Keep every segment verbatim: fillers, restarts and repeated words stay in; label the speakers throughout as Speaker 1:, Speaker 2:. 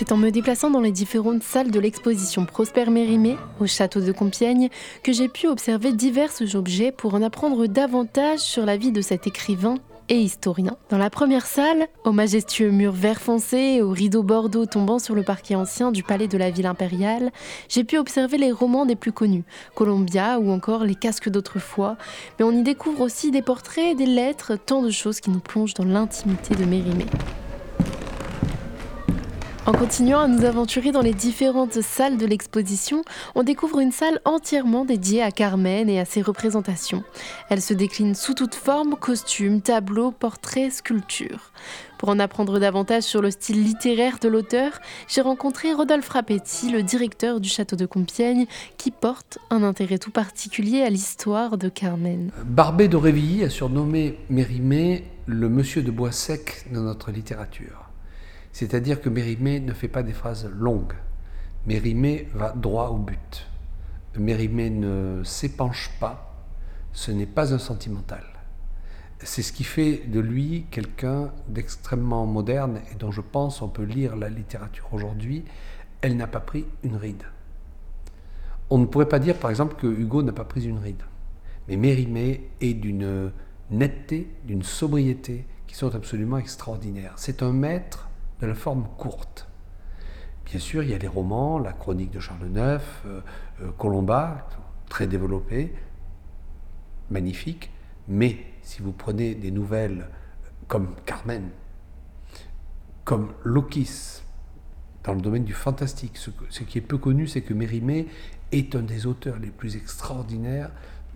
Speaker 1: C'est en me déplaçant dans les différentes salles de l'exposition Prosper Mérimée, au château de Compiègne, que j'ai pu observer divers objets pour en apprendre davantage sur la vie de cet écrivain et historien. Dans la première salle, aux majestueux murs vert foncé et aux rideaux bordeaux tombant sur le parquet ancien du palais de la ville impériale, j'ai pu observer les romans des plus connus, Columbia ou encore Les casques d'autrefois, mais on y découvre aussi des portraits, des lettres, tant de choses qui nous plongent dans l'intimité de Mérimée. En continuant à nous aventurer dans les différentes salles de l'exposition, on découvre une salle entièrement dédiée à Carmen et à ses représentations. Elle se décline sous toute forme, costumes, tableaux, portraits, sculptures. Pour en apprendre davantage sur le style littéraire de l'auteur, j'ai rencontré Rodolphe Rapetti, le directeur du château de Compiègne, qui porte un intérêt tout particulier à l'histoire de Carmen.
Speaker 2: Barbey d'Aurevilly a surnommé Mérimée le monsieur de Boissec de notre littérature. C'est-à-dire que Mérimée ne fait pas des phrases longues. Mérimée va droit au but. Mérimée ne s'épanche pas. Ce n'est pas un sentimental. C'est ce qui fait de lui quelqu'un d'extrêmement moderne et dont je pense on peut lire la littérature aujourd'hui. Elle n'a pas pris une ride. On ne pourrait pas dire par exemple que Hugo n'a pas pris une ride. Mais Mérimée est d'une netteté, d'une sobriété qui sont absolument extraordinaires. C'est un maître de la forme courte. Bien sûr, il y a les romans, la chronique de Charles neuf, euh, euh, Colomba, très développé, magnifique, mais si vous prenez des nouvelles comme Carmen, comme Lokis, dans le domaine du fantastique, ce, ce qui est peu connu, c'est que Mérimée est un des auteurs les plus extraordinaires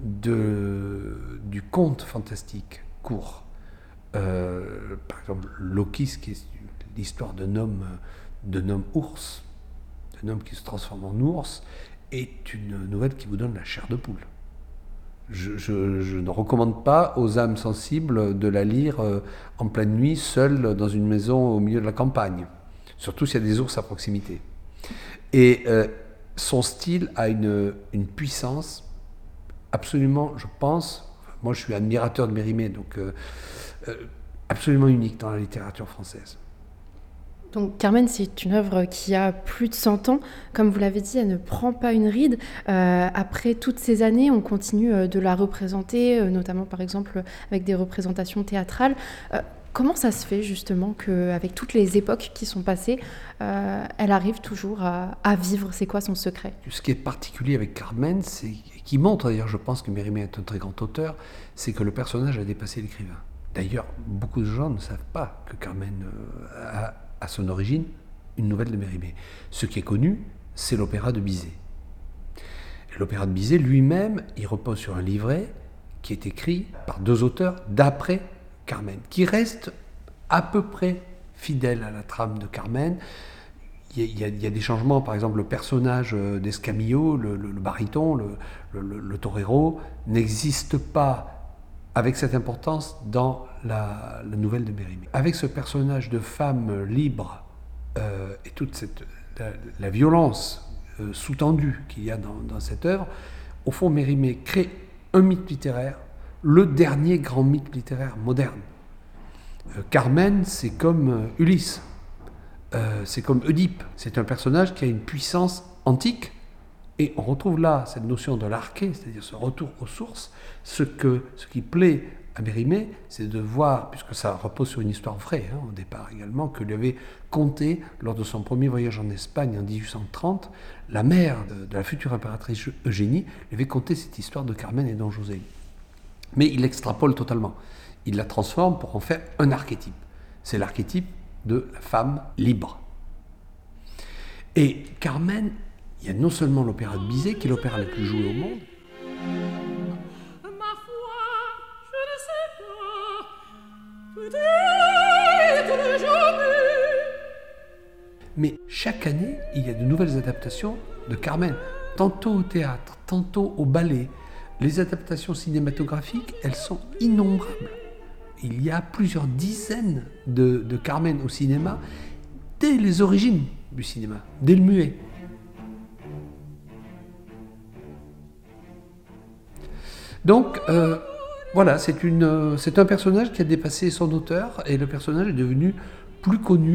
Speaker 2: de, du conte fantastique court. Euh, par exemple, Lokis, qui est l'histoire d'un homme, d'un homme ours, d'un homme qui se transforme en ours, est une nouvelle qui vous donne la chair de poule. Je, je, je ne recommande pas aux âmes sensibles de la lire en pleine nuit, seule dans une maison au milieu de la campagne, surtout s'il y a des ours à proximité. Et euh, son style a une, une puissance absolument, je pense, moi je suis admirateur de Mérimée, donc euh, euh, absolument unique dans la littérature française.
Speaker 1: Donc Carmen, c'est une œuvre qui a plus de cent ans. Comme vous l'avez dit, elle ne prend pas une ride. Euh, après toutes ces années, on continue de la représenter, notamment par exemple avec des représentations théâtrales. Euh, comment ça se fait justement qu'avec toutes les époques qui sont passées, euh, elle arrive toujours à, à vivre? C'est quoi son secret?
Speaker 2: Ce qui est particulier avec Carmen, c'est, qui montre d'ailleurs, je pense que Mérimée est un très grand auteur, c'est que le personnage a dépassé l'écrivain. D'ailleurs, beaucoup de gens ne savent pas que Carmen euh, a à son origine une nouvelle de Mérimée. Ce qui est connu, c'est l'opéra de Bizet. Et l'opéra de Bizet lui-même, il repose sur un livret qui est écrit par deux auteurs d'après Carmen, qui reste à peu près fidèle à la trame de Carmen. Il y a, il y a des changements, par exemple le personnage d'Escamillo, le, le, le baryton, le, le, le torero, n'existe pas avec cette importance dans la, la nouvelle de Mérimée. Avec ce personnage de femme libre euh, et toute cette, la, la violence euh, sous-tendue qu'il y a dans, dans cette œuvre, au fond, Mérimée crée un mythe littéraire, le dernier grand mythe littéraire moderne. Euh, Carmen, c'est comme euh, Ulysse, euh, c'est comme Oedipe, c'est un personnage qui a une puissance antique. Et on retrouve là cette notion de l'arché, c'est-à-dire ce retour aux sources. Ce, que, ce qui plaît à Mérimée, c'est de voir, puisque ça repose sur une histoire vraie, hein, au départ également, que lui avait conté, lors de son premier voyage en Espagne en dix-huit cent trente, la mère de, de la future impératrice Eugénie lui avait conté cette histoire de Carmen et Don José. Mais il l'extrapole totalement. Il la transforme pour en faire un archétype. C'est l'archétype de la femme libre. Et Carmen, il y a non seulement l'opéra de Bizet, qui est l'opéra le plus joué au monde, mais chaque année, il y a de nouvelles adaptations de Carmen, tantôt au théâtre, tantôt au ballet. Les adaptations cinématographiques, elles sont innombrables. Il y a plusieurs dizaines de, de Carmen au cinéma, dès les origines du cinéma, dès le muet. Donc, euh, voilà, c'est, une, c'est un personnage qui a dépassé son auteur et le personnage est devenu plus connu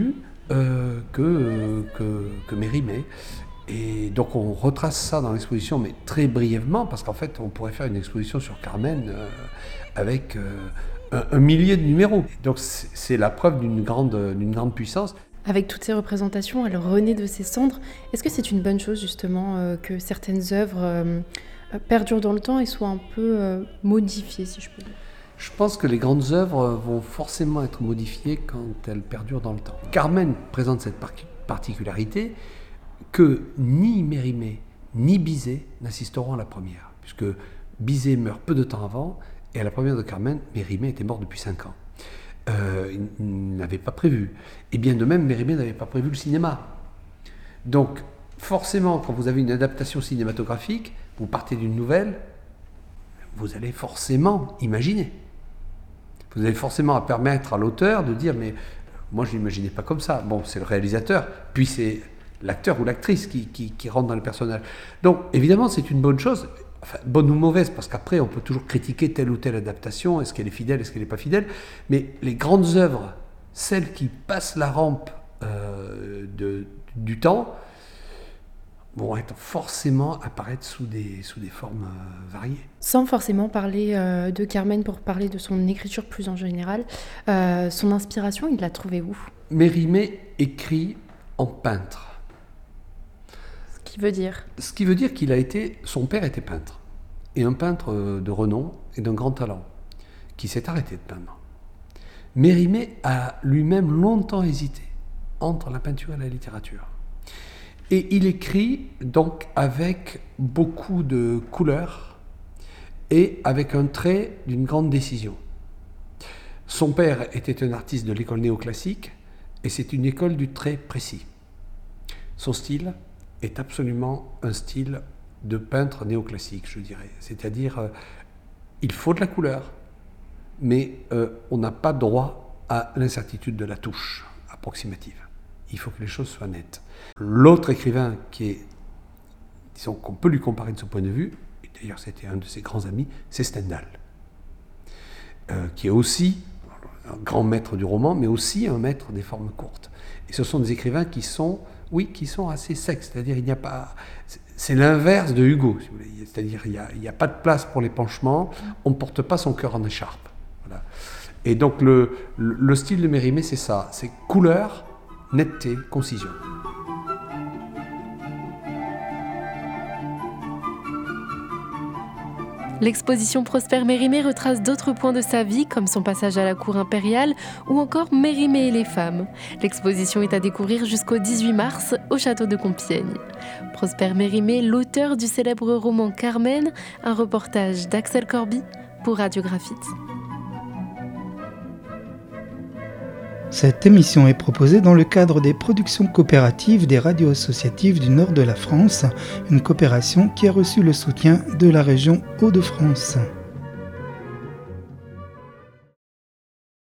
Speaker 2: euh, que, que, que Mérimée. Et donc on retrace ça dans l'exposition, mais très brièvement, parce qu'en fait on pourrait faire une exposition sur Carmen euh, avec euh, un, un millier de numéros. Donc c'est, c'est la preuve d'une grande, d'une grande puissance.
Speaker 1: Avec toutes ces représentations, elle renaît de ses cendres. Est-ce que c'est une bonne chose justement euh, que certaines œuvres euh, perdurent dans le temps et soient un peu euh, modifiées, si je peux dire ?
Speaker 2: Je pense que les grandes œuvres vont forcément être modifiées quand elles perdurent dans le temps. Carmen présente cette par- particularité que ni Mérimée ni Bizet n'assisteront à la première, puisque Bizet meurt peu de temps avant, et à la première de Carmen, Mérimée était mort depuis cinq ans. Euh, il n'avait pas prévu. Et bien de même, Mérimée n'avait pas prévu le cinéma. Donc, forcément, quand vous avez une adaptation cinématographique, vous partez d'une nouvelle, vous allez forcément imaginer. Vous allez forcément à permettre à l'auteur de dire, mais moi je ne l'imaginais pas comme ça. Bon, c'est le réalisateur, puis c'est l'acteur ou l'actrice qui, qui, qui rentre dans le personnage. Donc, évidemment, c'est une bonne chose. Enfin, bonne ou mauvaise, parce qu'après, on peut toujours critiquer telle ou telle adaptation, est-ce qu'elle est fidèle, est-ce qu'elle n'est pas fidèle, mais les grandes œuvres, celles qui passent la rampe euh, de, du temps, vont être forcément apparaître sous des, sous des formes euh, variées.
Speaker 1: Sans forcément parler euh, de Carmen, pour parler de son écriture plus en général, euh, son inspiration, il l'a trouvée où ?
Speaker 2: Mérimée écrit en peintre.
Speaker 1: Ce qui veut dire ?
Speaker 2: Ce qui veut dire qu'il a été, son père était peintre, et un peintre de renom et d'un grand talent, qui s'est arrêté de peindre. Mérimée a lui-même longtemps hésité entre la peinture et la littérature. Et il écrit donc avec beaucoup de couleurs et avec un trait d'une grande décision. Son père était un artiste de l'école néoclassique, et c'est une école du trait précis. Son style est absolument un style de peintre néoclassique, je dirais. C'est-à-dire, euh, il faut de la couleur, mais euh, on n'a pas droit à l'incertitude de la touche approximative. Il faut que les choses soient nettes. L'autre écrivain qui est, disons qu'on peut lui comparer de ce point de vue, et d'ailleurs c'était un de ses grands amis, c'est Stendhal, euh, qui est aussi un grand maître du roman, mais aussi un maître des formes courtes. Et ce sont des écrivains qui sont, oui, qui sont assez secs, c'est-à-dire il n'y a pas, c'est l'inverse de Hugo, si vous voulez. C'est-à-dire il n'y a, il n'y a pas de place pour l'épanchement, on ne porte pas son cœur en écharpe. Voilà. Et donc le, le, le style de Mérimée, c'est ça, c'est couleur, netteté, concision.
Speaker 1: L'exposition Prosper Mérimée retrace d'autres points de sa vie, comme son passage à la cour impériale ou encore Mérimée et les femmes. L'exposition est à découvrir jusqu'au dix-huit mars au château de Compiègne. Prosper Mérimée, l'auteur du célèbre roman Carmen, un reportage d'Axel Corby pour Radio Graphite.
Speaker 3: Cette émission est proposée dans le cadre des productions coopératives des radios associatives du nord de la France, une coopération qui a reçu le soutien de la région Hauts-de-France.